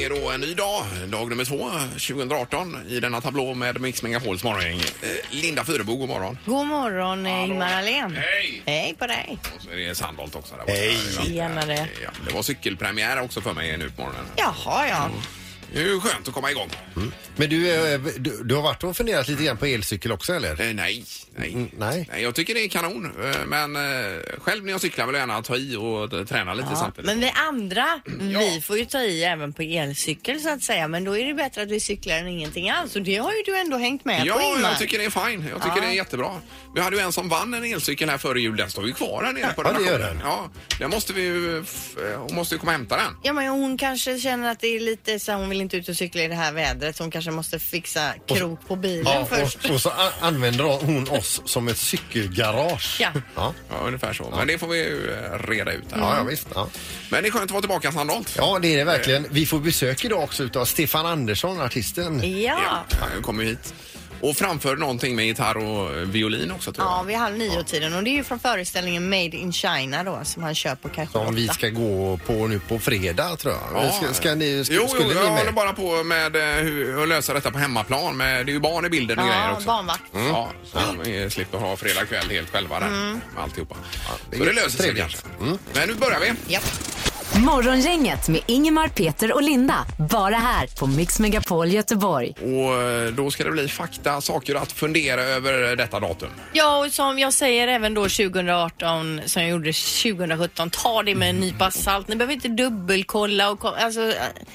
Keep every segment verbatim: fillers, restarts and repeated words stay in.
är då en ny dag, dag nummer två, tjugo arton i denna tablå med Mix Megapols morgon. Linda Fyrebo, god morgon. God morgon, Ingmar Ahlén. Hej! Hej på dig. Och så är det Sandholt också där borta. Hej! Tjenare. Ja, det var cykelpremiär också för mig nu på morgonen. Jaha, ja. Det är ju skönt att komma igång. Mm. Men du, eh, du, du har varit och funderat lite grann på elcykel också, eller? Eh, nej, nej. Mm, nej. nej. Jag tycker det är kanon. Eh, Men eh, själv när jag cyklar vill jag gärna ta i och eh, träna lite Ja, samtidigt. men vi andra, Ja. vi får ju ta i även på elcykel så att säga. Men då är det bättre att vi cyklar än ingenting alls. Och det har ju du ändå hängt med på, Ja, Ingmar. jag tycker det är fine. Jag tycker Ja. det är jättebra. Vi hade ju en som vann en elcykel här före jul. Den står ju kvar här nere på Ja, det gör redaktionen. Ja, den måste vi ju... f- Hon måste ju komma och hämta den. Ja, men hon kanske känner att det är lite så här, hon vill inte ut och cykla i det här vädret. Så hon kanske måste fixa krok på bilen Ja, först. och, och så a- använder hon oss som ett cykelgarage. Ja. Ja, Ja, ungefär så. Men det får vi ju eh, reda ut här. ja, ja visst. Ja. Men det är skönt att vara tillbaka, Sandholt. ja, det är det verkligen. Vi får besök idag också utav Stefan Andersson, artisten. Ja. Han kommer ju hit. Och framför någonting med gitarr och violin också, tror jag. Ja, vid halv nio-tiden. Och det är ju från föreställningen Made in China då, som han kör på kanske Som vi åtta. ska gå på nu på fredag, tror jag. Ja. Ska, ska ni, ska, Jo, skulle jo, ni jag håller med? bara på med eh, hur att lösa detta på hemmaplan. Med, det är ju barn i bilden och Ja, grejer också. barnvakt. Ja, så vi slipper ha fredag kväll helt själva där med alltihopa. det Så är det löser sig trevligt. kanske. Men nu börjar vi. Japp. Morgongänget med Ingemar, Peter och Linda. Bara här på Mix Megapol Göteborg. Och eh, då ska det bli fakta, saker att fundera över detta datum. Ja, och som jag säger även då tjugo arton som jag gjorde tjugo sjutton, ta det med en nypa salt. Ni behöver inte dubbelkolla och ko- alltså,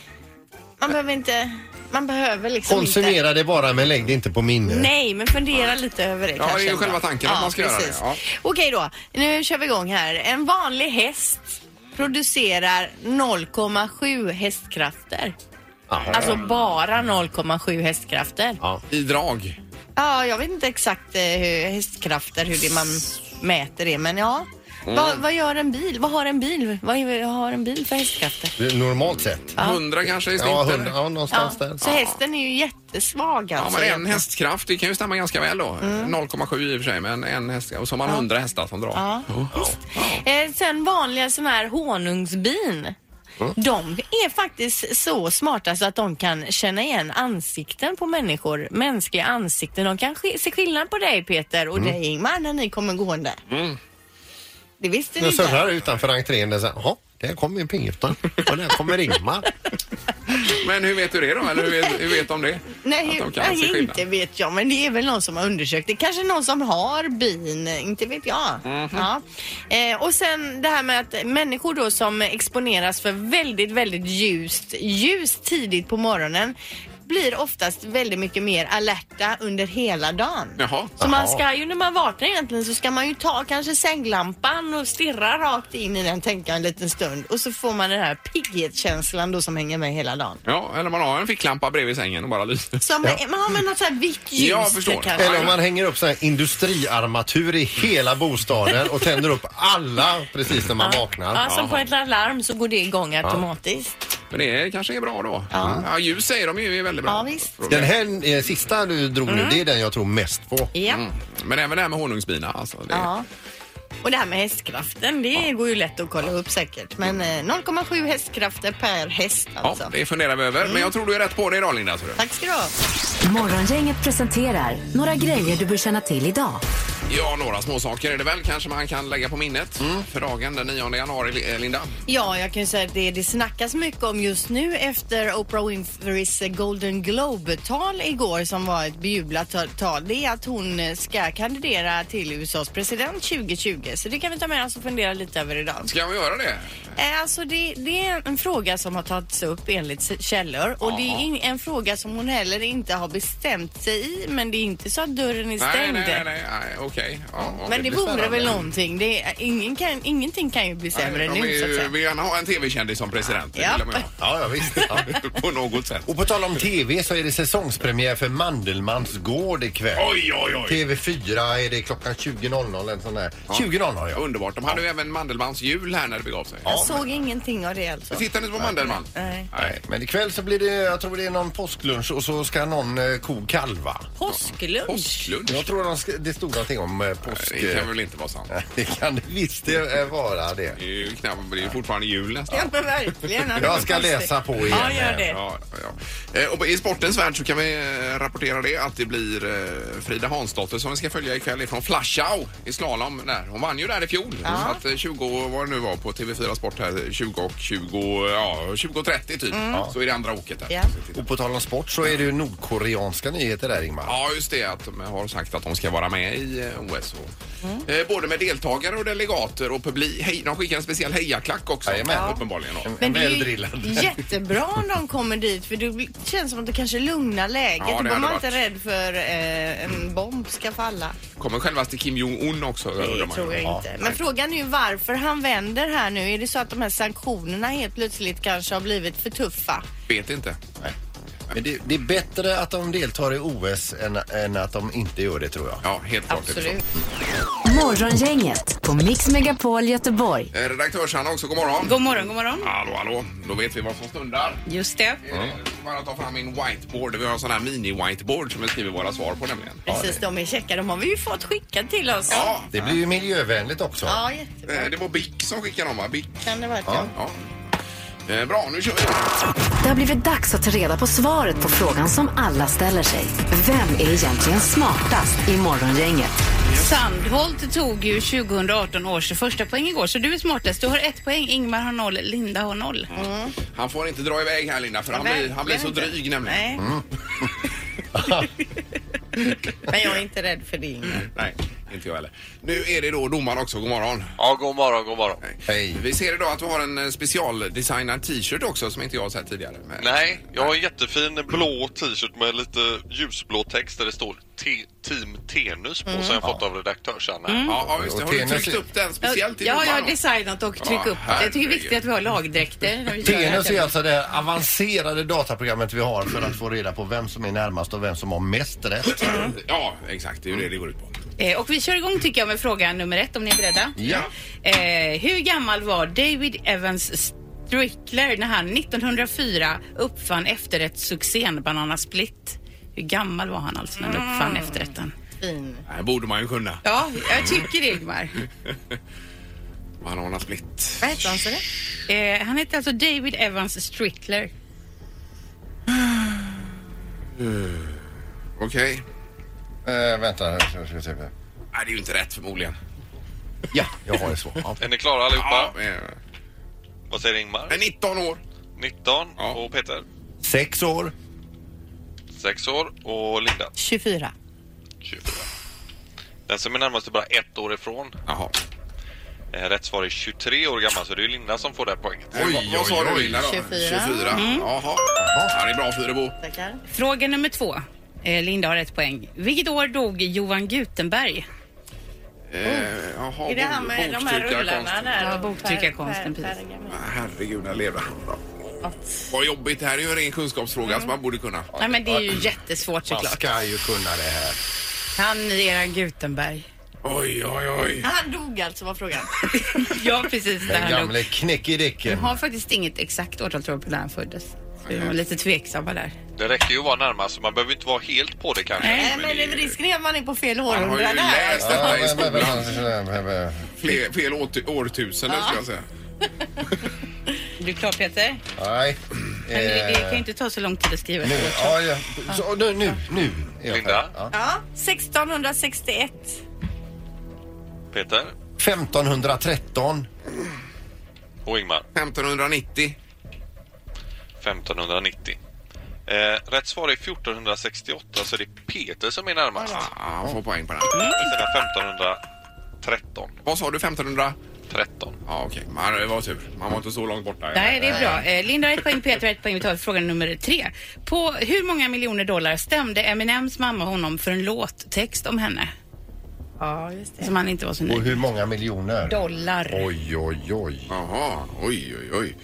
man behöver inte, man behöver liksom Konsumera inte. det bara, men lägg det inte på minne. Nej, men fundera lite över det. Ja, kanske det är ju ändå. själva tanken att man ska göra det, ja. Okej då, nu kör vi igång här. En vanlig häst producerar noll komma sju hästkrafter. Aha. Alltså bara noll komma sju hästkrafter. Ja. I drag. Ja, jag vet inte exakt eh, hur hästkrafter, hur det man mäter det, men ja. Mm. Vad, vad gör en bil? Vad har en bil? Vad är- har en bil för hästkrafter? Normalt sett. Hundra kanske i snitt. Ja, eller? hundra, ja, någonstans Ja, där. så hästen är ju jättesvag Ja, alltså. men en egentligen. hästkraft, det kan ju stämma ganska väl då. noll komma sju i och för sig, men en häst. Och så har man hundra hästar som drar. Ja, Ja. visst. Eh, sen vanliga sån här honungsbin. De är faktiskt så smarta så att de kan känna igen ansikten på människor. Mänskliga ansikten. De kan sk- se skillnad på dig, Peter, och dig, Ingmar, när ni kommer gående. Mm. Det visste ni Den inte. surrar utanför entrén där så här, jaha, där kommer en pingutan. Och där kommer Ingmar. Men hur vet du det då? Eller hur vet, hur vet de det? Nej, Att de kan se nej skillnad? inte vet jag, men det är väl någon som har undersökt det. Kanske någon som har bin, inte vet jag. Mhm. Ja. Eh, och sen det här med att människor då som exponeras för väldigt, väldigt ljust, ljus tidigt på morgonen blir oftast väldigt mycket mer alerta under hela dagen. Jaha. Så man Jaha. ska ju, när man vaknar egentligen, så ska man ju ta kanske sänglampan och stirra rakt in i den, tänka en liten stund. Och så får man den här pigghetskänslan då som hänger med hela dagen. Ja, eller man har en ficklampa bredvid sängen och bara lyser. Som, Man har med något så här vitt ljus. Ja, jag förstår. kanske. Eller om man hänger upp så här industriarmatur i hela bostaden och tänder upp alla precis när man vaknar. Ja, som på ett alarm så går det igång automatiskt. Men det kanske är bra då. Ja, ja ljus säger de ju är väldigt bra. Ja, visst. Den här eh, sista du drog nu, det är den jag tror mest på. Ja. Mm. Men även det här med honungsbina. Alltså, det... Ja. Och det här med hästkraften, det går ju lätt att kolla upp säkert. Men eh, noll komma sju hästkrafter per häst alltså. Ja, det funderar vi över. Men jag tror du är rätt på det idag, Linda. Så du. Tack ska du ha. Morgongänget presenterar några grejer du bör känna till idag. Ja, några små saker är det väl. Kanske man kan lägga på minnet för dagen den nionde januari, eh, Linda. Ja, jag kan ju säga att det, det snackas mycket om just nu efter Oprah Winfreys Golden Globe-tal igår, som var ett bejublat tal. Det är att hon ska kandidera till U S A:s president tjugo tjugo. Så det kan vi ta med oss och fundera lite över idag. Ska vi göra det? Eh, Alltså det, det är en fråga som har tagits upp enligt s- källor. Och Ja. det är in- en fråga som hon heller inte har bestämt sig i. Men det är inte så att dörren är Nej, stängd. nej, nej, nej, nej okej. Ja, ja, Men det blir vore spännande. väl någonting. Det är, ingen kan, ingenting kan ju bli sämre Nej, de nu, är så att ju, säga. vill gärna ha en tv-kändis som president. Det Ja. vill de ju Ja, ja visst. Ja. ha. På något sätt. Och på tal om tv så är det säsongspremiär för Mandelmans gård ikväll. Oj, oj, oj. T V fyra är det klockan tjugo noll noll en sån där. tjugo noll noll ja. Underbart. De hade ju även Mandelmans jul här när det begav sig. Ja, såg ingenting av det alltså. Tittar ni på Mandelmann? Nej. Nej, men ikväll så blir det, jag tror det är någon påsklunch och så ska någon eh, ko kalva. Påsklunch? Påsklunch? Jag tror de ska, det stod någonting om eh, påsk. Det kan väl inte vara sant? Det kan det visst det vara det. Det är ju knappt, det är ju fortfarande jul nästan. Ja, men verkligen. Jag ska läsa på igen. Ja, gör det. Ja, ja. Eh, Och i sportens värld så kan vi eh, rapportera det att det blir eh, Frida Hansdotter som vi ska följa ikväll ifrån Flashau i slalom där. Hon vann ju där i fjol. Ja. Så att eh, tjugo, vad det nu var på T V fyra Sport här, tjugo och tjugo, ja tjugo trettio typ. Så är det andra åket där. Ja. Och på tal om sport så är det ju nordkoreanska nyheter där, Ingmar. Ja, just det, att de har sagt att de ska vara med i eh, O S. Och, eh, både med deltagare och delegater och publik. Hej, de skickar en speciell hejaklack också. Jajamän. Ja. Uppenbarligen. En, Men en det är ju väldrillad. jättebra om de kommer dit för det känns som att det kanske lugnar läget. Ja, det Då är hade man varit. inte rädd för eh, en bomb ska falla. Kommer självaste Kim Jong-Un också? Det undrar man. tror jag Ja, inte. Men nej. frågan är ju varför han vänder här nu. Är det så att de här sanktionerna helt plötsligt kanske har blivit för tuffa? Vet inte. Nej. Men det, det är bättre att de deltar i O S än, än att de inte gör det, tror jag. Ja, helt klart. är det så. Absolut. Morgongänget på Mix Megapol Göteborg. Eh, Redaktörs-Hanna också, god morgon. God morgon, god morgon. Hallå, hallå. Då vet vi vad som stundar. Just det. Mm. Jag ska bara ta fram min whiteboard. Vi har en sån här mini-whiteboard som vi skriver våra svar på nämligen. Precis, de är checka. De har vi ju fått skickat till oss. Ja, Det blir ju miljövänligt också. Ja, jättebra. eh, det var Bic som skickade dem, va? Bic. Kan det vara Ja. Ja. Eh, bra, nu kör vi. Det har blivit dags att ta reda på svaret på frågan som alla ställer sig. Vem är egentligen smartast i Morgongänget? Sandholt tog ju tjugohundraarton års första poäng igår, så du är smartast. Du har ett poäng, Ingmar har noll, Linda har noll. Mm. Han får inte dra iväg här, Linda, för han blir, han blir så dryg nämligen. Nej. Men jag är inte rädd för det. Nej, inte jag heller. Nu är det då domaren också, god morgon. Ja, god morgon, god morgon. Hej. Vi ser idag att du har en eh, specialdesignad t-shirt också som inte jag har sett tidigare. Men... Nej, jag har en jättefin blå t-shirt med lite ljusblå text där det står T- Team Tenus på som jag fått av redaktörs-Anna. Ja, ja, just det. Och Har du Tenus- tryckt upp den speciellt till Ja, jag har domaren? designat och tryckt Ja, upp. Jag tycker det är herregud. viktigt att vi har lagdräkter när vi kör Tenus här. är alltså det avancerade dataprogrammet vi har för att få reda på vem som är närmast och vem som har mest rätt. Ja, exakt. Det är ju det det går ut på. Eh, Och vi kör igång tycker jag med fråga nummer ett om ni är beredda. Ja. Eh, hur gammal var David Evans Strickler när han nittonhundrafyra uppfann efterrättssuccén Banana Split? Hur gammal var han alltså när han uppfann efterrätten? Fin. Det här borde man ju kunna. Ja, jag tycker det, Ingmar. Banana split. Vad heter han så det? Eh, han heter alltså David Evans Strickler. Okej. Eh, vänta, jag ska, ska se. Nej, det är ju inte rätt förmodligen. Ja, jag har det så. Ja. Är ni klara allihopa? Ja, eh, Vad säger Ingmar? men nitton år. nitton Ja. och Peter? Sex år. sex år och Linda? tjugofyra. tjugofyra. Den som är närmast är bara ett år ifrån. Jaha. Eh, Rätt svar är tjugotre år gammal, så det är Linda som får det här poänget. Oj, vad, vad sa du, Linda då? tjugofyra. tjugofyra. Jaha. Ja, det är bra, Fyrebo. Tackar. Fråga nummer två. Eh, Linda har ett poäng. Vilket år dog Johan Gutenberg? Eh, jaha, Är det han med de här rullarna där? Ja, och boktryckarkonsten, per- per- precis. pergament? Herregud, där lever han. Bra. Vad jobbigt. Det här är ju en ren kunskapsfråga som man borde kunna. Nej, men det är ju jättesvårt Man såklart. ska ju kunna det här. Kan ni eran Gutenberg? Oj, oj, oj. Han dog alltså, var frågan. Ja, precis. Där Den han dog. gamle knäckedicken. Jag har faktiskt inget exakt årtal tror jag på när han föddes. Så jag var lite tveksamma där. Det räcker ju att vara närmast, så man behöver inte vara helt på det kanske. Nej, men men det är det ju- risken är att man är på fel Han har ju århundrade här. läst Ja, detta i men- skolan. men- men- men- Fel, fel åt- årtusende, ska jag säga. Är du klar Peter? Nej. Men det, det kan ju Eh, inte ta så lång tid att skriva nu, ett årtal. ja, ja. Så, nu, nu, nu. är jag Linda? färdig. Ja. Ja, sextonhundrasextioett. Peter femtonhundratretton. och Ingmar? femtonhundranittio. femtonhundranittio. Eh, rätt svar är fjortonhundrasextioåtta, så det är Peter som är närmast. Ja, han får poäng på den. Med sina femtonhundratretton. Vad sa du, femtonhundra? tretton. Ja, okej. Men det var tur. Man var inte så långt borta. Nej, det är bra. Eh, Linda har ett poäng, Peter har ett poäng. Vi tar fråga nummer tre. På hur många miljoner dollar stämde Eminems mamma honom för en låttext om henne? Ja, just det. Som han inte var så Och nöjd. hur många miljoner? Dollar. Oj, oj, oj. Jaha, oj, oj, oj.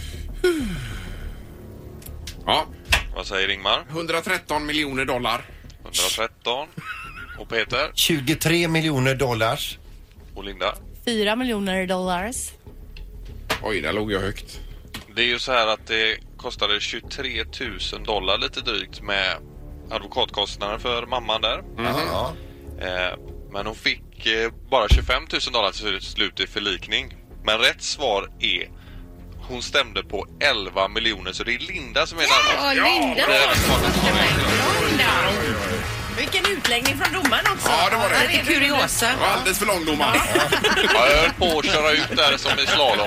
Ja, Vad säger Ingmar? hundratretton miljoner dollar. hundratretton. Och Peter? tjugotre miljoner dollars. Och Linda? Fyra miljoner dollars. Oj, där låg jag högt. Det är ju så här att det kostade tjugotre tusen dollar lite drygt med advokatkostnader för mamman där. Mm. Ja. Eh, men hon fick eh, bara tjugofem tusen dollar till slut i förlikning. Men rätt svar är hon stämde på elva miljoner, så det är Linda som är närmast. Ja, Linda. det är den smartaste som är. Linda. Vilken utläggning från domaren också. Ja, det var det. Lite kuriosa. Det var alldeles för lång domare. Ja, jag höll på att köra ut där som i slalom.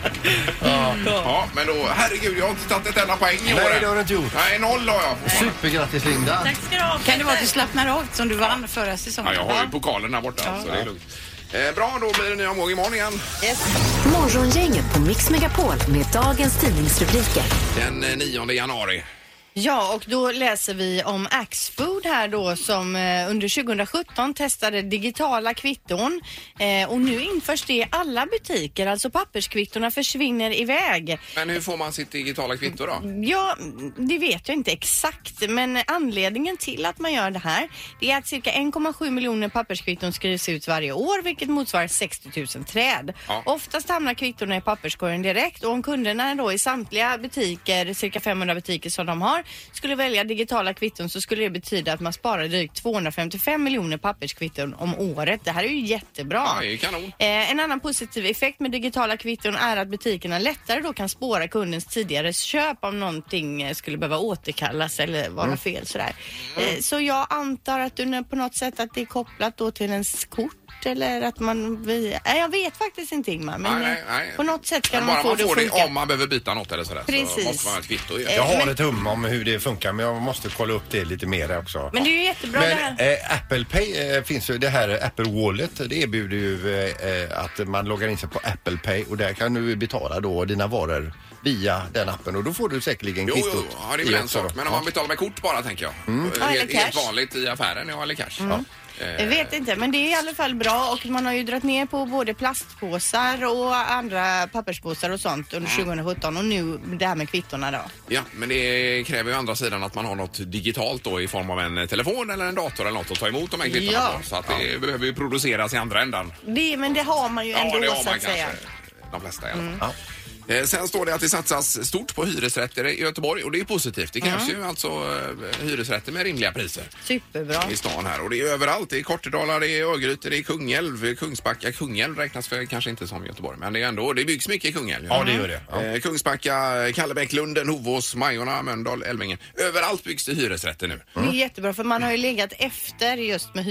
Ja, men då, herregud, jag har inte tagit ett enda poäng i år. Nej, det har du inte gjort. Nej, noll har jag. Supergrattis Linda. Tack ska du ha. Kan det vara att du slappnar av som du vann förra säsongen? Ja, jag har ju pokalen där borta, så det är lugnt. Eh, bra, då blir det ny omgång imorgon igen. Yes. Morgongänget på Mix Megapol med dagens tidningsrubriker. Den eh, nionde januari. Ja, och då läser vi om Axfood här då som eh, under tjugohundrasjutton testade digitala kvitton eh, och nu införs det i alla butiker, alltså papperskvittorna försvinner iväg. Men hur får man sitt digitala kvitto då? Ja, det vet jag inte exakt, men anledningen till att man gör det här det är att cirka en komma sju miljoner papperskvitton skrivs ut varje år, vilket motsvarar sextio tusen träd. Ja. Oftast hamnar kvittorna i papperskorgen direkt och om kunderna då i samtliga butiker, cirka femhundra butiker som de har, skulle välja digitala kvitton så skulle det betyda att man sparar drygt tvåhundrafemtiofem miljoner papperskvitton om året. Det här är ju jättebra. Ja, det är kanon. Eh, en annan positiv effekt med digitala kvitton är att butikerna lättare då kan spåra kundens tidigare köp om någonting eh, skulle behöva återkallas eller vara Mm. fel sådär. Eh, så jag antar att du på något sätt att det är kopplat då till ens kort eller att man... Vi, nej, jag vet faktiskt inte Ingmar, men Nej, nej, nej. eh, på något sätt kan Men man bara få man det får att det funka. om man behöver byta något eller sådär. Så Precis. måste man ha ett kvitto. Ja. Jag har men- ett hum om hur det funkar, men jag måste kolla upp det lite mer också. Men det är ju jättebra det här. Men eh, Apple Pay eh, finns ju, det här Apple Wallet, det erbjuder ju eh, att man loggar in sig på Apple Pay och där kan du betala då dina varor via den appen och då får du säkerligen Jo, kvittot. jo, ja, det är väl i en också sak. då. Men om man betalar med kort bara, tänker jag. Ja, eller Helt, helt cash. vanligt i affären, ja, eller cash. Ja. Jag vet inte, men det är i alla fall bra och man har ju dragit ner på både plastpåsar och andra papperspåsar och sånt under tjugohundrasjutton och nu det här med kvittorna då. Ja, men det kräver ju å andra sidan att man har något digitalt då i form av en telefon eller en dator eller något att ta emot de här kvittorna Ja. på. Så att det behöver ju produceras i andra ändan. Det, men det har man ju ändå Ja, det har så man att säga. kanske. De flesta i alla fall. Ja. Eh, Sen står det att det satsas stort på hyresrätter i Göteborg och det är positivt. Det krävs ju alltså eh, hyresrätter med rimliga priser Superbra. i stan här. Och det är överallt. Det är Kortedala, det är Örgryte, det är Kungälv, Kungsbacka. Kungälv räknas för kanske inte som Göteborg, men det är ändå, det byggs mycket i Kungälv. Ja, det gör det. Ja. Eh, Kungsbacka, Kallebäck, Lunden, Hovås, Majorna, Mölndal, Älvängen. Överallt byggs det hyresrätter nu. Det är jättebra för man har ju legat efter just med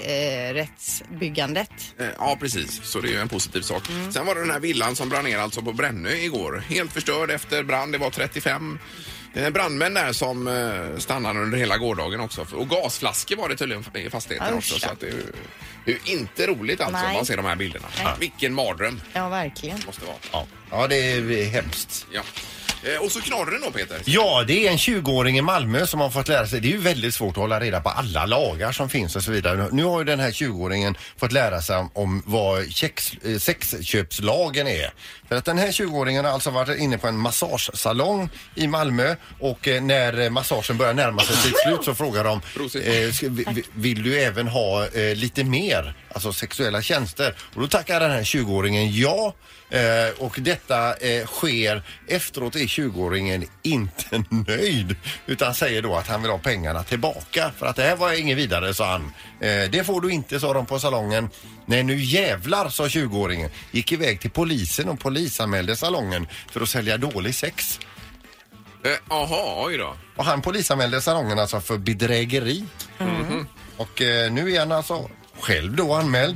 hyresrättsbyggandet. Eh, Ja, precis. Så det är ju en positiv sak. Sen var det den här villan som brann ner alltså på Brännö igår. Helt förstörd efter brand. Det var trettiofem eh, brandmän där som eh, stannade under hela gårdagen också. Och gasflaskor var det tydligen i fastigheten Usch. också. Så att det är ju, det är ju inte roligt alltså Nej. om man ser de här bilderna. Vilken mardröm Ja, verkligen. måste vara. Ja. ja, det är hemskt. Ja. Eh, och så knorren då, Peter. Ja, det är en tjugoåring i Malmö som har fått lära sig. Det är ju väldigt svårt att hålla reda på alla lagar som finns och så vidare. Nu har ju den här tjugoåringen fått lära sig om vad kex, eh, sexköpslagen är. För att den här tjugoåringen har alltså varit inne på en massagesalong i Malmö och eh, när massagen börjar närma sig sitt slut så frågar de Prosit. eh, ska, vi- vill du även ha eh, lite mer, alltså sexuella tjänster? Och då tackar den här tjugoåringen ja. Eh, och detta eh, sker efteråt är tjugoåringen inte nöjd utan säger då att han vill ha pengarna tillbaka för att det här var ingen vidare, sa han. Eh, det får du inte, sa de på salongen. Nej, nu jävlar, sa tjugoåringen. Gick iväg till polisen och polisanmälde salongen för att sälja dålig sex. Jaha, eh, oj då. Och han polisanmälde salongen alltså för bedrägeri. Mm-hmm. Och eh, nu är han alltså själv då anmäld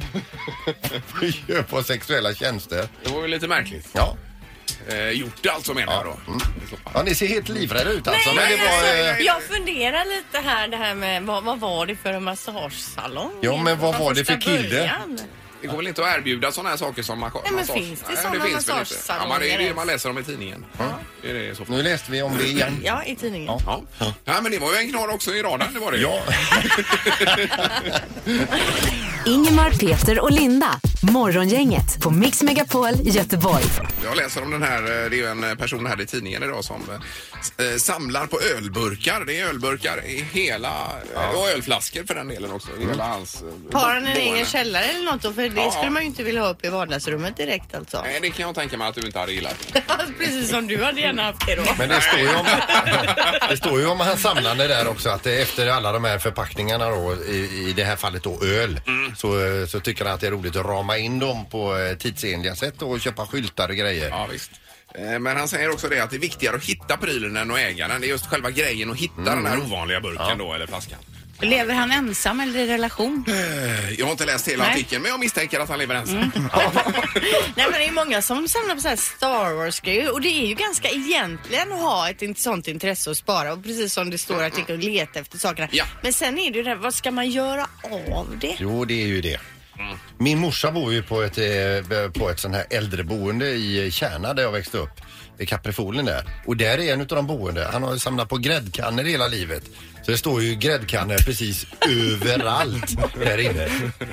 för köp av sexuella tjänster. Det var ju lite märkligt. Ja. Eh, gjort det alltså, menar jag då. Mm. Ja, ni ser helt livrädda ut alltså. Nej, men det var, alltså, eh, jag funderar lite här det här med vad, vad var det för en massagesalong? Ja, men vad Från var det för första kille? början? Det går väl inte att erbjuda sådana här saker som massage? Nej, men finns det sådana väl inte. massagesalonger Ja, men det är det ens? man läser om i tidningen. Ja. Det är det så. nu läste vi om det igen. Ja, i tidningen. Ja. Ja. Ja, men det var ju en knorr också i radarn, det var det. Ja. Ingemar, Peter och Linda. Morgongänget på Mix Megapol Göteborg. Jag läser om den här, det är ju en person här i tidningen idag som eh, samlar på ölburkar. Det är ölburkar i hela, ja. och ölflaskor för den delen också. I hela hans, eh, Har han en egen källare eller något då? För det Ja. skulle man ju inte vilja ha upp i vardagsrummet direkt alltså. Nej, det kan jag tänka mig att du inte hade gillat. Precis som du hade gärna haft det då. Men det står ju om, det står ju om hans samlande där också att efter alla de här förpackningarna då, i, i det här fallet då öl, mm. så, så tycker han att det är roligt att rama in dem på tidsenliga sätt och köpa skyltar och grejer. Ja, visst. Men han säger också det att det är viktigare att hitta prylen än att äga den. Det är just själva grejen att hitta mm. den här ovanliga burken ja. då, eller flaskan. Lever han ensam eller i relation? Jag har inte läst hela Nej. artikeln, men jag misstänker att han lever ensam. Mm. Nej, men det är många som samlar på så här Star Wars-grejer och det är ju ganska egentligen att ha ett sånt intresse att spara och precis som det står att mm. leta efter sakerna. Ja. Men sen är det ju det här, vad ska man göra av det? Jo, det är ju det. Mm. Min morsa bor ju på ett, eh, på ett sån här äldreboende i Kärna där jag växte upp. I Kaprifolen där. Och där är en av de boende. Han har ju samlat på gräddkannor hela livet. Så det står ju gräddkannor precis överallt där inne.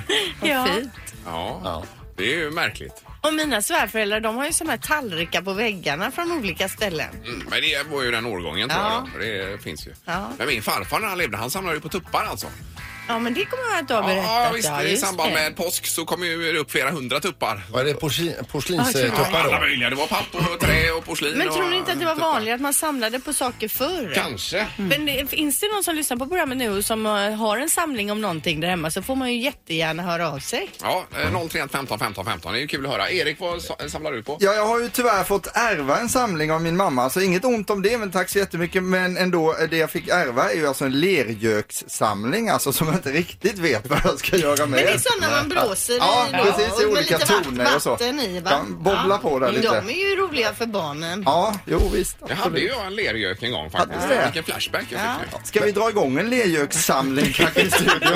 Ja. Ja. ja, det är ju märkligt. Och mina svärföräldrar, de har ju såna här tallrikar på väggarna från olika ställen. Mm, men det var ju den årgången tror ja. jag. Det finns ju. Ja. Men min farfar när han levde, han samlade ju på tuppar alltså. Ja, men det kommer jag inte att berätta. Ja, visst. Ja, I just samband det. med påsk så kom ju det upp flera hundra tuppar. Var det porslin, porslinstuppar ja, då? alla möjliga. Det var papp och trä och porslin. Men tror ni inte att det var tuppar. vanligt att man samlade på saker förr? Kanske. Mm. Men det, finns det någon som lyssnar på programmet nu som uh, har en samling om någonting där hemma så får man ju jättegärna höra av sig. Ja, noll tre ett femton femton femton. Det är ju kul att höra. Erik, vad samlar du på? Ja, jag har ju tyvärr fått ärva en samling av min mamma. Så inget ont om det, men tack så jättemycket. Men ändå, det jag fick ärva är ju alltså en lergökssamling. Alltså som jag inte riktigt vet vad jag ska göra med. Men det är sådana man blåser i. Ja, då, precis. I olika toner och så. I, va? Kan bobbla ja. på där lite. De är ju roliga för barnen. Ja, jo visst. Jag hade ju en lergök en gång faktiskt. Ja. Vilken flashback jag ja. fick. Ska vi dra igång en lergökssamling kanske i studion?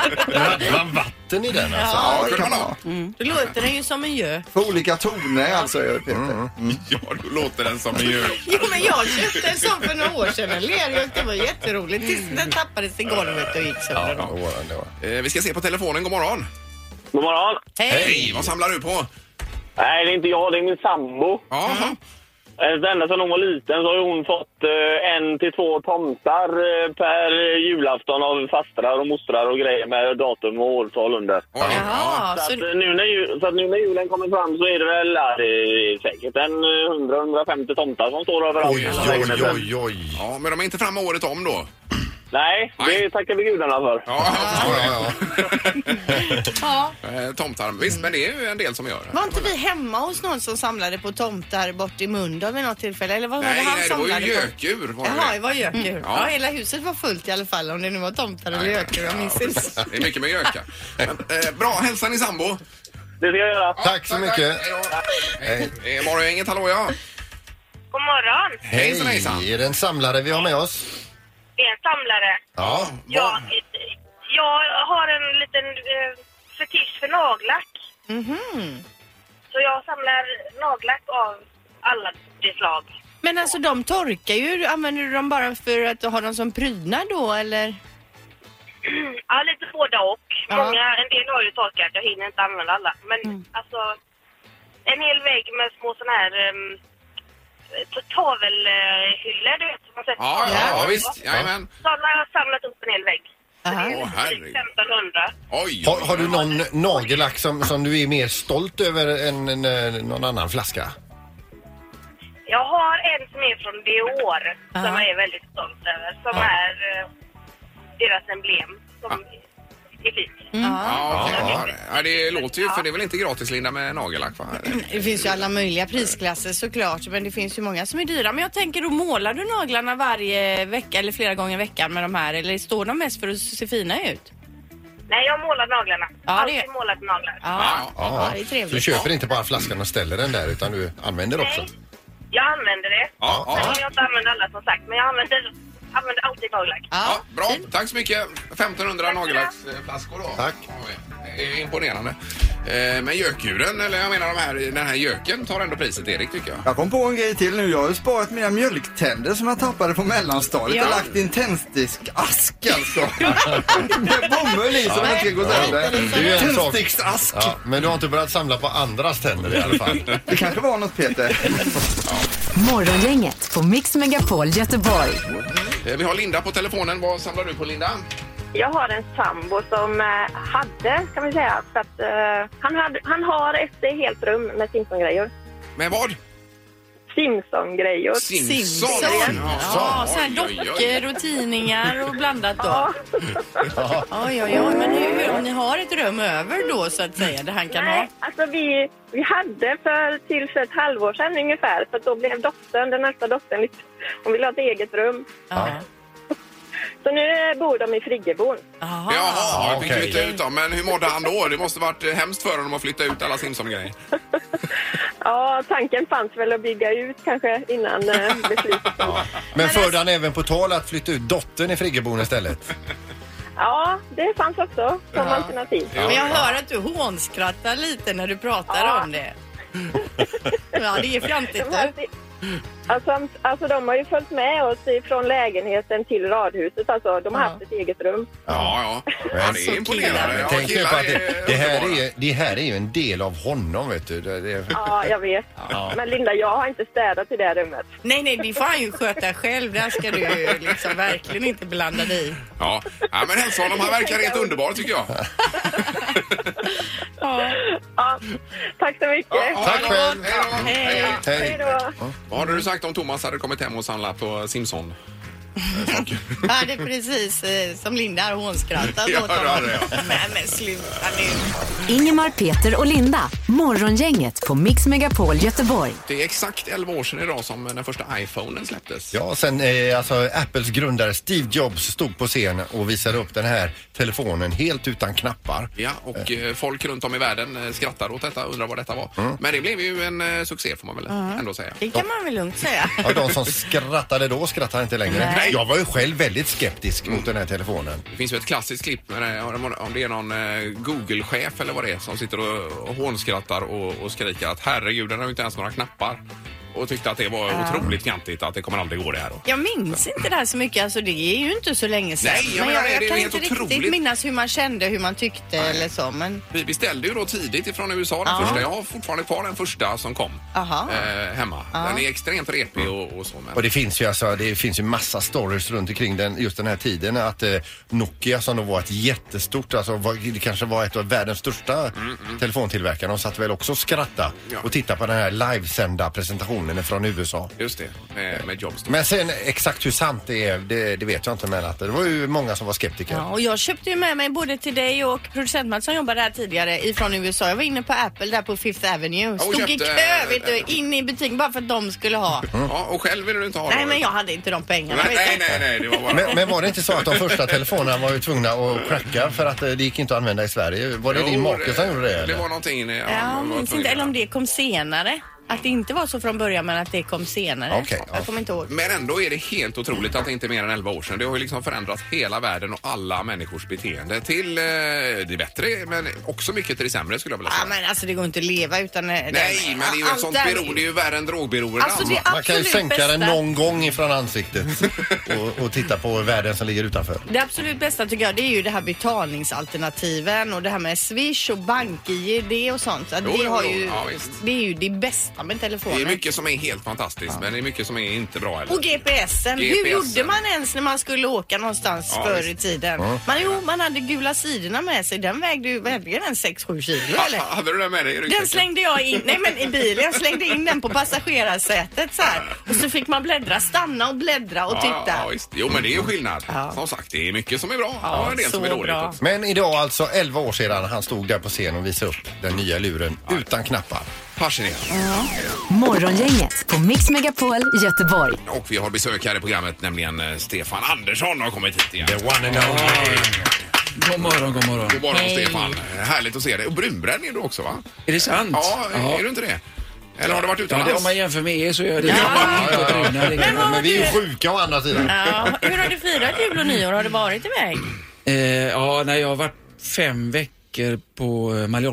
Hade man vatten i den alltså? Ja, det kan man ha. Mm. Då låter den ju som en gök. För olika toner alltså, Peter. Mm. Mm. Ja, då låter den som en gök. Jo, men jag köpte en sån för några år sedan. En lergök, det var jätteroligt. Tills den tappades i golvet och gick sönder. Ja, det var, det var. Eh, vi ska se på telefonen. God morgon. God morgon. Hej. Hej, vad samlar du på? Nej, det är inte jag, det är min sambo. Jaha. Mm. Ända sedan hon var liten så har hon fått eh, en till två tomtar eh, per julafton av fastrar och mostrar och grejer med datum och årtal under. Oj, ja. Jaha, Så, så... att, nu när jul, så att nu när julen kommer fram så är det väl ja, det är säkert en hundra till hundrafemtio tomtar som står överallt. Oj, oj, oj, oj. Ja, men de är inte framme året om då? Nej, det Nej. tackar vi gudarna för. Ja, jag förstår Ja, det. Ja. Eh, Tomtar, visst, men det är ju en del som gör det. Var inte vi hemma hos någon som samlade på tomtar bort i Mölndal vid något tillfälle? Eller vad var Nej, det han nej, det var samlade ju på? gökur. Var det? Jaha, det var gökur. Mm. Ja. Ja. hela huset var fullt i alla fall, om det nu var tomtar eller Nej, gökur. Jag minns inte. Det är mycket med gökar. Men, eh, bra, hälsan i sambo. Det ska jag göra. Tack så mycket. Hej. Eh, Morgongänget, hallå ja. God morgon. Hejsan, hejsan. Hej, är det en samlare vi har med oss? Det är en samlare. Ja. Ja, jag har en liten eh, fetisch för nagellack. Mhm. Så jag samlar nagellack av alla de slag. Men alltså de torkar ju, använder du dem bara för att ha dem som prydnad då eller? Ja, lite båda och. Ja. Många, en del har ju torkat, jag hinner inte använda alla. Men Mm. alltså, en hel vägg med små såna här um, tavelhyllor, du vet, som man sätter Ja, på. ja, ja visst. Jajamän. Sådana har jag samlat upp en hel vägg. Aha. Åh, herregud. femtonhundra. Oj. Har, har du någon nagellack som, som du är mer stolt över än, än, än någon annan flaska? Jag har en som är från Dior som Ja. jag är väldigt stolt över. Som Ja. är uh, deras emblem. Som är fint. Mm. Ja, okej. Ja. Ja, det låter ju, för det är väl inte gratis, Linda, med nagellack, va? Det finns ju alla möjliga prisklasser såklart, men det finns ju många som är dyra. Men jag tänker, då målar du naglarna varje vecka eller flera gånger i veckan med de här? Eller står de mest för att se fina ut? Nej, jag målar naglarna. Ja, det Alltid är- målat naglar. Ja, Ja, ja, det är Så du trevligt. köper inte bara flaskan och ställer den där utan du använder också? Nej, jag använder det. Ja, ja. Sen kan jag inte använda alla som sagt, men jag använder, använder alltid nagellack. Ja, bra. fint. Tack så mycket. femtonhundra nagellacksflaskor då. Tack. Det är imponerande. Eh, men gökdjuren, eller jag menar de här, den här göken tar ändå priset, Erik, tycker jag. Jag kom på en grej till nu. Jag har ju sparat mina mjölktänder som jag tappade på mellanstadiet Ja. och lagt i en tändsticksask alltså. Med bomull i som inte ska gå sönder. Det är ju en sak. Tändsticksask. Ja, men du har inte börjat samla på andras tänder i alla fall. Det kanske var något, Peter. Morgongänget på Mix Megapol Göteborg. Eh, vi har Linda på telefonen. Vad samlar du på, Linda? Jag har en sambo som eh, hade, kan vi säga, så att eh, han, hade, han har ett eh, helt rum med Simpson-grejer. Med vad? Simpson-grejer. Simpson. Simpson. Ja, så här Oj, oj, oj. dockor och tidningar och blandat då. Ja. Oj, oj, oj. Men hur, om ni har ett rum över då så att säga, där han kan Nej, ha? alltså vi, vi hade för till för ett halvår sedan ungefär, för då blev dottern, den nästa dottern, lite, hon ville ha ett eget rum. Ja. Så nu bor de i Friggebon. Aha. Jaha, jag fick okej. flytta ut dem. Men hur mådde han då? Det måste varit eh, hemskt för honom att flytta ut alla Simpson-grejer. Ja, tanken fanns väl att bygga ut kanske innan eh, beslutet. Ja. Men förde han även på tal att flytta ut dottern i Friggebon istället? ja, det fanns också som alternativ. Men jag hör att du hånskrattar lite när du pratar Ja. om det. Ja, det är fjantigt De har, du. alltså, alltså de har ju följt med oss från lägenheten till radhuset. Alltså de har Ja. haft ett eget rum. Ja, ja. Ja, det är imponerande. Ja, Tänk nu killar på att det, är det, här underbara. är, det här är ju en del av honom, vet du. Det, det, Ja, jag vet. Men Linda, jag har inte städat i det rummet. Nej, nej, det får han ju sköta själv. Där ska du liksom verkligen inte blanda dig i. Ja. Ja, men hälsa honom. Han verkar helt underbar, tycker jag. Ja. Ja, tack så mycket. Ja, Tack själv. Hej då. Hej. Hej hej. då. Vad hade du sagt om Thomas hade kommit hem och samlat på Simpson? Ja, det är precis eh, som Linda har hånskrattat Ja, åt det honom. har det, ja. Men, men sluta nu. Ingemar, Peter och Linda. Morgongänget på Mix Megapol Göteborg. Det är exakt elva år sedan idag som den första iPhonen släpptes. Ja, sen eh, alltså Apples grundare Steve Jobs stod på scen och visade upp den här telefonen helt utan knappar. Ja, och eh, folk runt om i världen eh, skrattar åt detta, undrar vad detta var. Men det blev ju en eh, succé, får man väl ändå säga. Det kan man väl lugnt säga. Ja, de som skrattade då skrattar inte längre. Nej. Jag var ju själv väldigt skeptisk mot den här telefonen. Det finns ju ett klassiskt klipp med det, om om det är någon eh, Google-chef eller vad det är som sitter och, och hånskrattar och, och skriker att herregud, den har ju inte ens några knappar. Och tyckte att det var otroligt fjantigt, att det kommer aldrig gå det här då. Jag minns inte det här så mycket, alltså det är ju inte så länge sedan. Nej, jag men menar, jag, det är jag kan helt inte otroligt. riktigt minnas hur man kände, hur man tyckte eller så, men... Vi beställde ju då tidigt ifrån U S A den Ja. första. Jag har fortfarande kvar den första som kom Aha. eh, hemma. Den är extremt repig och, och så. Men... Och det finns ju alltså, det finns ju massa stories runt omkring den, just den här tiden att eh, Nokia som då var ett jättestort, alltså var, det kanske var ett av världens största Mm, telefontillverkare. De satt väl också och skratta Ja. och titta på den här livesända presentationen från U S A. Just det, med, med Jobs. då. Men sen exakt hur sant det är, det, det vet jag inte, men att det var ju många som var skeptiker. Ja, och jag köpte ju med mig både till dig och producent Mats som jobbade här tidigare ifrån U S A. Jag var inne på Apple där på Fifth Avenue. och Stod i köpte- kö, vet du, in i butiken bara för att de skulle ha. Ja, och själv ville du inte ha Nej, då? men jag hade inte de pengarna. Nej, vet nej, du. nej, nej, det var bara... Men, men var det inte så att de första telefonerna var ju tvungna att cracka för att eh, det gick inte att använda i Sverige? Var det Jo, din make som gjorde det? Det eller? var någonting... Ja, Ja, man jag var minns tvungen inte, eller om att- det kom senare. Att det inte var så från början, men att det kom senare. Okej, ja. Jag kommer inte ihåg. Men ändå är det helt otroligt att det inte är mer än elva år sedan. Det har ju liksom förändrat hela världen och alla människors beteende till eh, det bättre, men också mycket till det sämre, skulle jag vilja Ja, säga. men alltså det går inte att leva utan... Nej, men det är ju ett sånt beroende, det är ju värre än drogberoende. Alltså, det är Man kan ju absolut sänka den bästa. någon gång ifrån ansiktet och, och titta på världen som ligger utanför. Det absolut bästa tycker jag, det är ju det här betalningsalternativen och det här med Swish och bank-I D och sånt. Att Jo, det, jo, har jo. ju, Ja, visst. det är ju det bästa med telefonen. Det är mycket som är helt fantastiskt, men det är mycket som är inte bra heller. Och G P S-en. G P S-en. Hur gjorde man ens när man skulle åka någonstans Ja, förr i visst. tiden? Man, jo, man hade gula sidorna med sig. Den vägde ju vägde den sex sju kilo eller? Ha, hade du den med dig i ryggsäcken? Den slängde jag in, nej men i bilen, jag slängde in den på passagerarsätet så här. Och så fick man bläddra, stanna och bläddra och Ja, titta. ja, visst. Jo, men det är ju skillnad. Ja. Som sagt, det är mycket som är bra Ja, och en del så som är dåligt bra. också. Men idag alltså elva år sedan han stod där på scen och visade upp den nya luren utan knappar. Fascinerande. Morgongänget på Mix Megapol Göteborg. Och vi har besök här i programmet, nämligen eh, Stefan Andersson har kommit hit igen. The one and only. God morgon, god morgon. God morgon, Hej. Stefan. Härligt att se dig. Och brunbränd är du också, va? Är det sant? Ja, är du inte det? Eller har du varit Ja, utomlands? det, om man jämför med er så gör det. Ja. Ja, ja, ja. Men vad Men har vi är ju du... sjuka å andra sidan. Ja, hur har du firat jul och nyår? Har du varit iväg? Eh, ja, nej, jag har varit fem veckor på eh, Mallorca.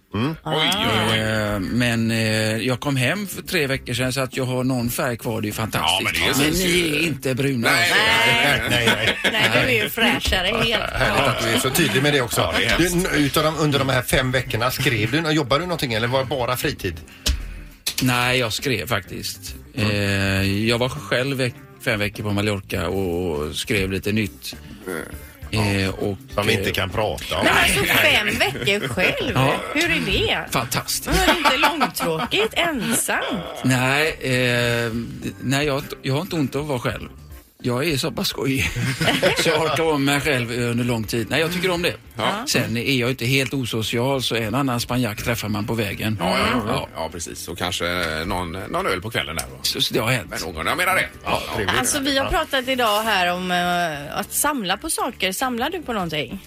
Mm. Oj, oj, oj. Eh, Men eh, jag kom hem för tre veckor sedan så att jag har någon färg kvar. Det är fantastiskt. Ja, men det är men så- ni är inte bruna. Nej, Nej, nej, nej. Nej, du är ju fräschare helt. Härligt att du är så tydlig med det också. Ja, det är hemskt. du, utav de, under de här fem veckorna, skrev du, jobbar du någonting eller var det bara fritid? Nej, jag skrev faktiskt. Mm. Eh, jag var själv veck- fem veckor på Mallorca och skrev lite nytt. Eh, och, Som vi inte eh, kan prata om. Men alltså fem veckor själv, Ja. hur är det? Fantastiskt. Men är det inte långtråkigt, ensam? Nej, eh, nej jag, jag har inte ont av att vara själv. Jag är så pass skojig så jag orkar vara med mig själv under lång tid. Nej, jag tycker om det. Ja. Sen är jag inte helt osocial så en annan spanjack träffar man på vägen. Ja, ja, ja. Ja. ja, precis. Och kanske någon, någon öl på kvällen där då. Så, så det har hänt. Men någon, jag menar det. Ja, ja. Alltså vi har pratat idag här om uh, att samla på saker. Samlar du på någonting?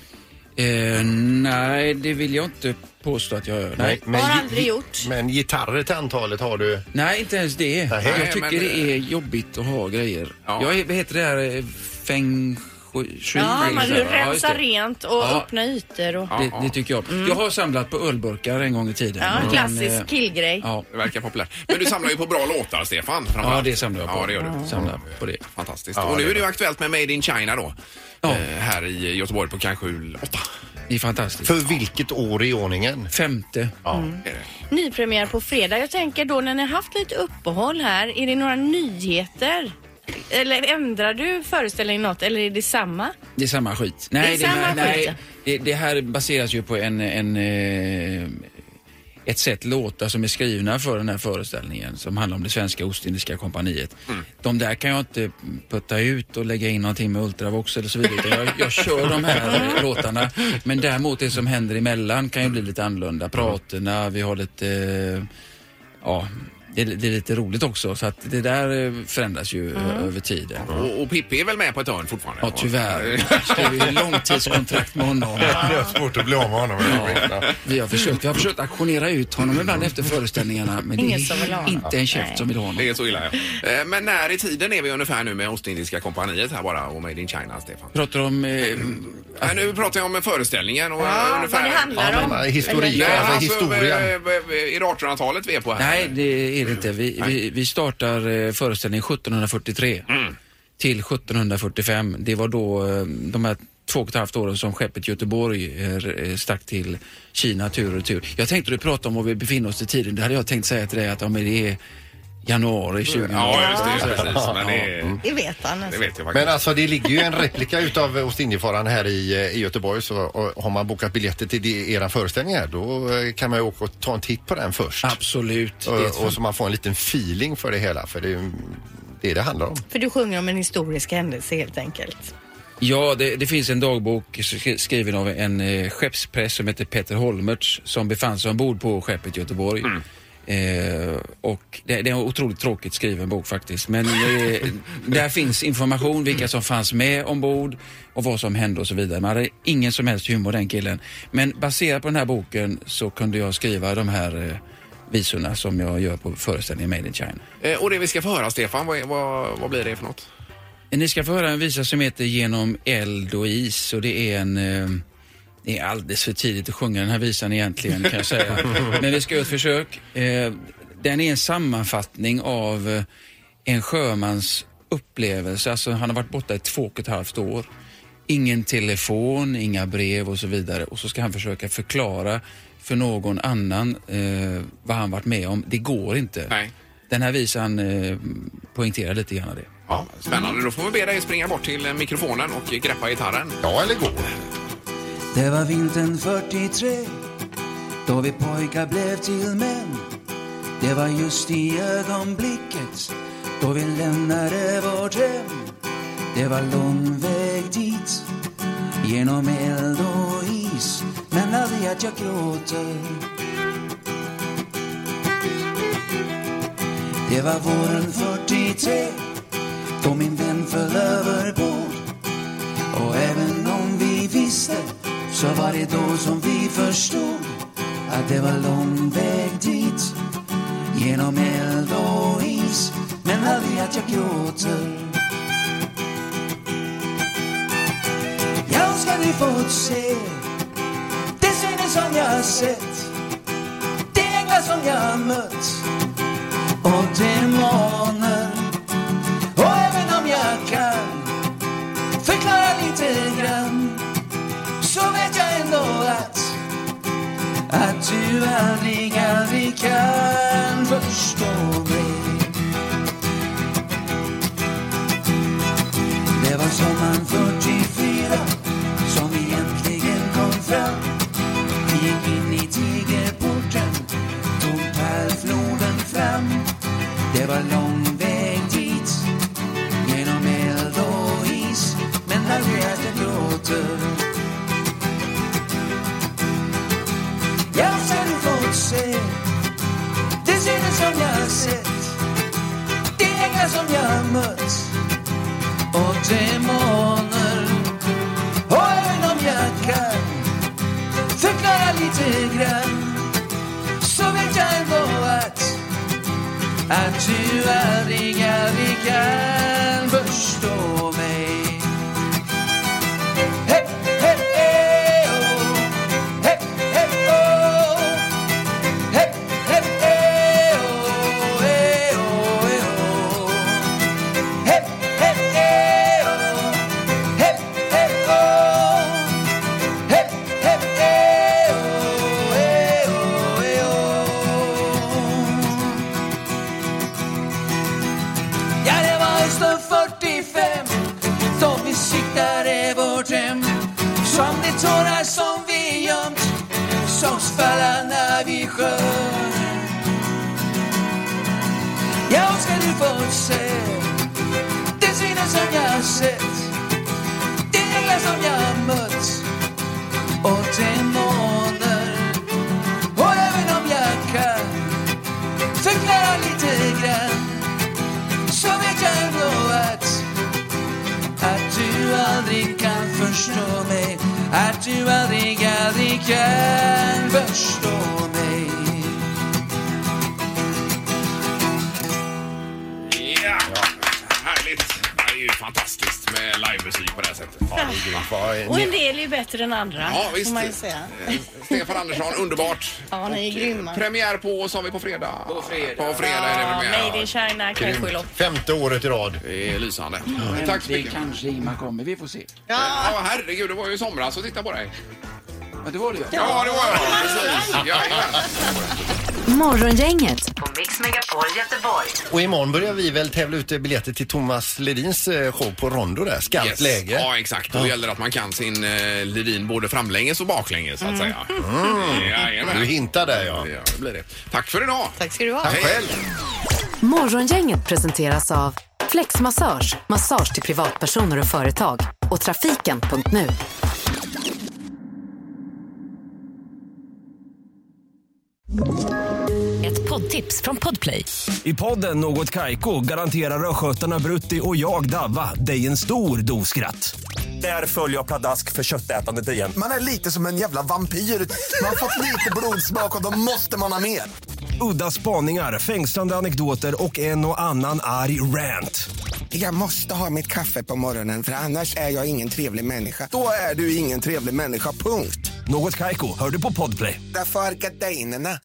Eh, nej, det vill jag inte påstå att jag gör. Nej, Men, Har gi- aldrig gjort. Men gitarrer till antalet har du? nej inte ens det. Nej, jag tycker men- det är jobbigt att ha grejer. Ja. Jag är, vad heter det här? eh, Feng shui? Ja, eller man så du här. Ja, just rensar det. rent och Ja. öppnar ytor. Och... Ja. Det, det tycker jag. Jag har samlat på ölburkar en gång i tiden. Ja, en Men, klassisk eh, killgrej. Ja, Det verkar populärt. Men du samlar ju på bra låtar, Stefan. framförallt. ja, det samlar jag på. Ja, det gör du. Samlar på det. Fantastiskt. Ja, och nu det är det ju aktuellt med Made in China då. Ja. Eh, här i Göteborg på kanske åtta. Det är fantastiskt. För vilket år i ordningen? Femte. Ja. Är det? Nypremiär på fredag. Jag tänker då när ni har haft lite uppehåll här, är det några nyheter? Eller ändrar du föreställningen något eller är det samma? Det är samma skit. Nej, Det är samma nej, skit, ja. det, det här baseras ju på en, en, eh, ett sätt låtar som är skrivna för den här föreställningen som handlar om det svenska Ostindiska kompaniet. Mm. De där kan jag inte putta ut och lägga in någonting med Ultravox eller så vidare. utan Jag, jag kör de här eh, låtarna. Men däremot det som händer emellan kan ju bli lite annorlunda. Praterna, vi har lite... Eh, ja... Det är, det är lite roligt också så att det där eh, förändras ju ö- över tiden. Och, och Pippi är väl med på ett hörn fortfarande? Ja, tyvärr. Det är ju långtidskontrakt med honom. Det är svårt att bli av med honom. Vi har försökt, vi har försökt auktionera ut honom ibland efter föreställningarna men det Ingen som vill ha är honom. inte en käft Nej. som vill ha honom. Det är så illa, ja. Eh, Men när i tiden är vi ungefär nu med Ostindiska kompaniet här bara och Made in China, Stefan? Pratar om... Eh, Ja, nu pratar jag om föreställningen och Ja, ungefär... vad det handlar om. Ja, historik, Nej, alltså, alltså, historien. eh, eh, är det artonhundratalet vi är på här? nej, det är det inte. Vi, vi, vi startar eh, föreställningen sjuttonhundrafyrtiotre Mm. till sjuttonhundrafyrtiofem. Det var då eh, de här två och ett halvt åren som skeppet Göteborg eh, stack till Kina tur och tur. Jag tänkte du prata om var vi befinner oss i tiden. Det hade jag tänkt säga till dig att ja, men det är januari tjugo. Ja, just det. Precis. Men det, Det vet han. det Alltså. vet jag faktiskt. Men alltså det ligger ju en replika utav Ostindiefararen här i, i Göteborg så och har man bokat biljetter till det, era föreställningar här då eh, kan man ju åka och ta en titt på den först. Absolut. Det är ett Och, och så man får en liten feeling för det hela för det är ju det det handlar om. För du sjunger om en historisk händelse helt enkelt. Ja, det, det finns en dagbok sk- skriven av en eh, skeppspräst som heter Peter Holmertz som befann sig ombord på skeppet Göteborg. Eh, och det, det är en otroligt tråkigt skriven bok faktiskt. Men eh, där finns information vilka som fanns med ombord och vad som hände och så vidare. Man hade ingen som helst humor den killen. Men baserat på den här boken så kunde jag skriva de här eh, visorna som jag gör på föreställningen Made in China. Eh, Och det vi ska få höra, Stefan, vad, är- vad, vad blir det för något? Ni ska få höra en visa som heter Genom eld och is och det är en... Eh, det är alldeles för tidigt att sjunga den här visan egentligen kan jag säga. Men vi ska göra ett försök. Eh, den är en sammanfattning av eh, en sjömans upplevelse. Alltså han har varit borta i två och ett halvt år. Ingen telefon, inga brev och så vidare. Och så ska han försöka förklara för någon annan eh, vad han varit med om. Det går inte. Nej. Den här visan eh, poängterar lite grann det. Ja, spännande. Då får vi be dig springa bort till eh, mikrofonen och greppa gitarren. Ja eller gå. Det var vintern fyrtiotre då vi pojkar blev till män. Det var just i ögonblicket då vi lämnade vårt hem. Det var lång väg dit genom eld och is, men aldrig att jag gråter. Det var våren fyrtiotre då min vän föll överbord. Och även om vi visste så var det då som vi förstod att det var lång väg dit genom eld och is, men aldrig att jag gråter. Jag ska ni få se det syne som jag har sett. mött och demoner. Och även om jag kan förklara lite grann, så vet jag ändå att att du aldrig, aldrig kan förstå mig. Det var sommaren fyrtiofyra som vi äntligen kom fram. Vi gick in i Tigerporten, tog Pärlfloden fram. Det var lång väg dit, genom eld och is, men där hjärtat gråter. Jag ska du fått se det syner som jag sett, det änglar som jag mött och demoner. Och även om jag kan förklara lite grann, så vet jag ändå att att du aldrig, aldrig kan förstå mig. Hej, hej, hej, oh. Hej, hej, oh. Hej, hej, hej, oh. Hej, oh, hej, oh. Hej, hej, hej, oh. Hej, hej, oh. Hej, hej, hej, oh. Hej, oh, hej, oh. Ja, det var hösten fyrtiofem då vi siktade vårt hem, som de tårar som vi gömt sågs falla när vi sjöng. Ja, ska du få se det syner som jag sett, det änglar som jag mött och demoner. Och även om jag kan förklara lite grann, så vet jag ändå att att du aldrig kan förstå mig, att du aldrig, aldrig kan förstå mig. Ja, härligt. Det är ju fantastiskt med livemusik på det här sättet. Ja, det är grymt. Vad- Och en del är ju bättre än andra, Ja, visst. får man ju säga. Eh, Stefan Andersson, underbart. Ja, ni är grymma. Premiär på, sa vi, på fredag? På fredag. På fredag är det Ja, premiär. Made in China, Kräksjölopp. Femte året i rad. Det är lysande. Men Tack så det mycket. kanske Ingmar kommer, vi får se. Ja, herregud, det var ju i somras och titta på dig. Ja, det var det. Ja, det var jag. Precis. Jajamän. Morgongänget på Mix Megapol Göteborg. Och imorgon börjar vi väl tävla ut biljetter till Thomas Ledins eh, show på Rondo där. Skarpt Yes. läge. Ja, exakt. Då gäller det att man kan sin eh, Ledin både framlänges och baklänges, så att säga. Mm. Jajamän. Du hintar där, ja. Ja, det blir det. Tack för idag. Tack ska du ha. Tack själv. Morgongänget presenteras av Flexmassage, massage till privatpersoner och företag och trafiken punkt nu. Ett poddtips från Podplay. I podden Något Kaiko garanterar röskötarna Brutti och jag Davva dig en stor dos skratt. Där följer jag pladask för köttätandet igen. Man är lite som en jävla vampyr. Man har fått lite blodsmak och då måste man ha mer. Udda spaningar, fängslande anekdoter och en och annan arg rant. Jag måste ha mitt kaffe på morgonen, för annars är jag ingen trevlig människa. Då är du ingen trevlig människa, punkt. Något Kaiko, hör du på Podplay. Därför är gardinerna.